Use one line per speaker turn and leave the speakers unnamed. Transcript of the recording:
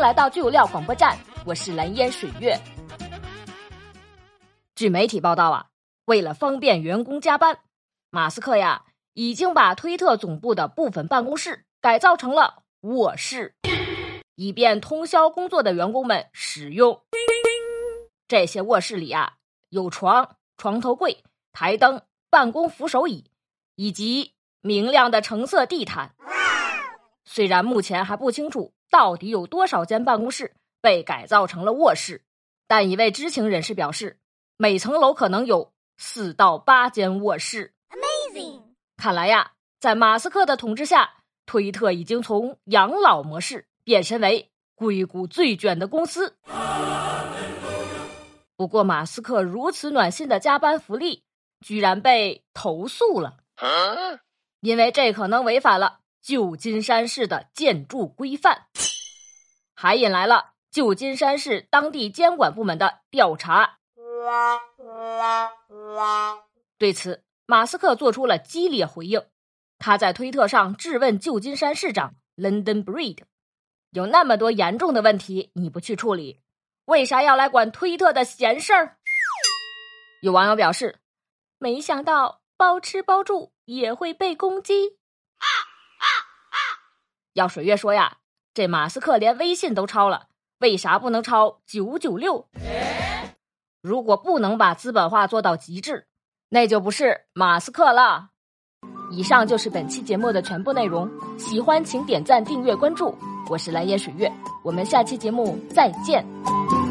来到最有料广播站，我是蓝烟水月。据媒体报道啊，为了方便员工加班，马斯克呀已经把推特总部的部分办公室改造成了卧室，以便通宵工作的员工们使用。这些卧室里啊，有床、床头柜、台灯、办公扶手椅，以及明亮的橙色地毯。虽然目前还不清楚到底有多少间办公室被改造成了卧室，但一位知情人士表示，每层楼可能有4到8间卧室。Amazing！ 看来呀，在马斯克的统治下，推特已经从养老模式变身为硅谷最卷的公司。不过马斯克如此暖心的加班福利居然被投诉了，因为这可能违反了旧金山市的建筑规范，还引来了旧金山市当地监管部门的调查。对此，马斯克做出了激烈回应，他在推特上质问旧金山市长 London Breed， 有那么多严重的问题你不去处理，为啥要来管推特的闲事儿？有网友表示，没想到包吃包住也会被攻击。要水月说呀，这马斯克连微信都抄了，为啥不能抄996？如果不能把资本化做到极致，那就不是马斯克了。以上就是本期节目的全部内容，喜欢请点赞、订阅、关注，我是蓝颜水月，我们下期节目再见。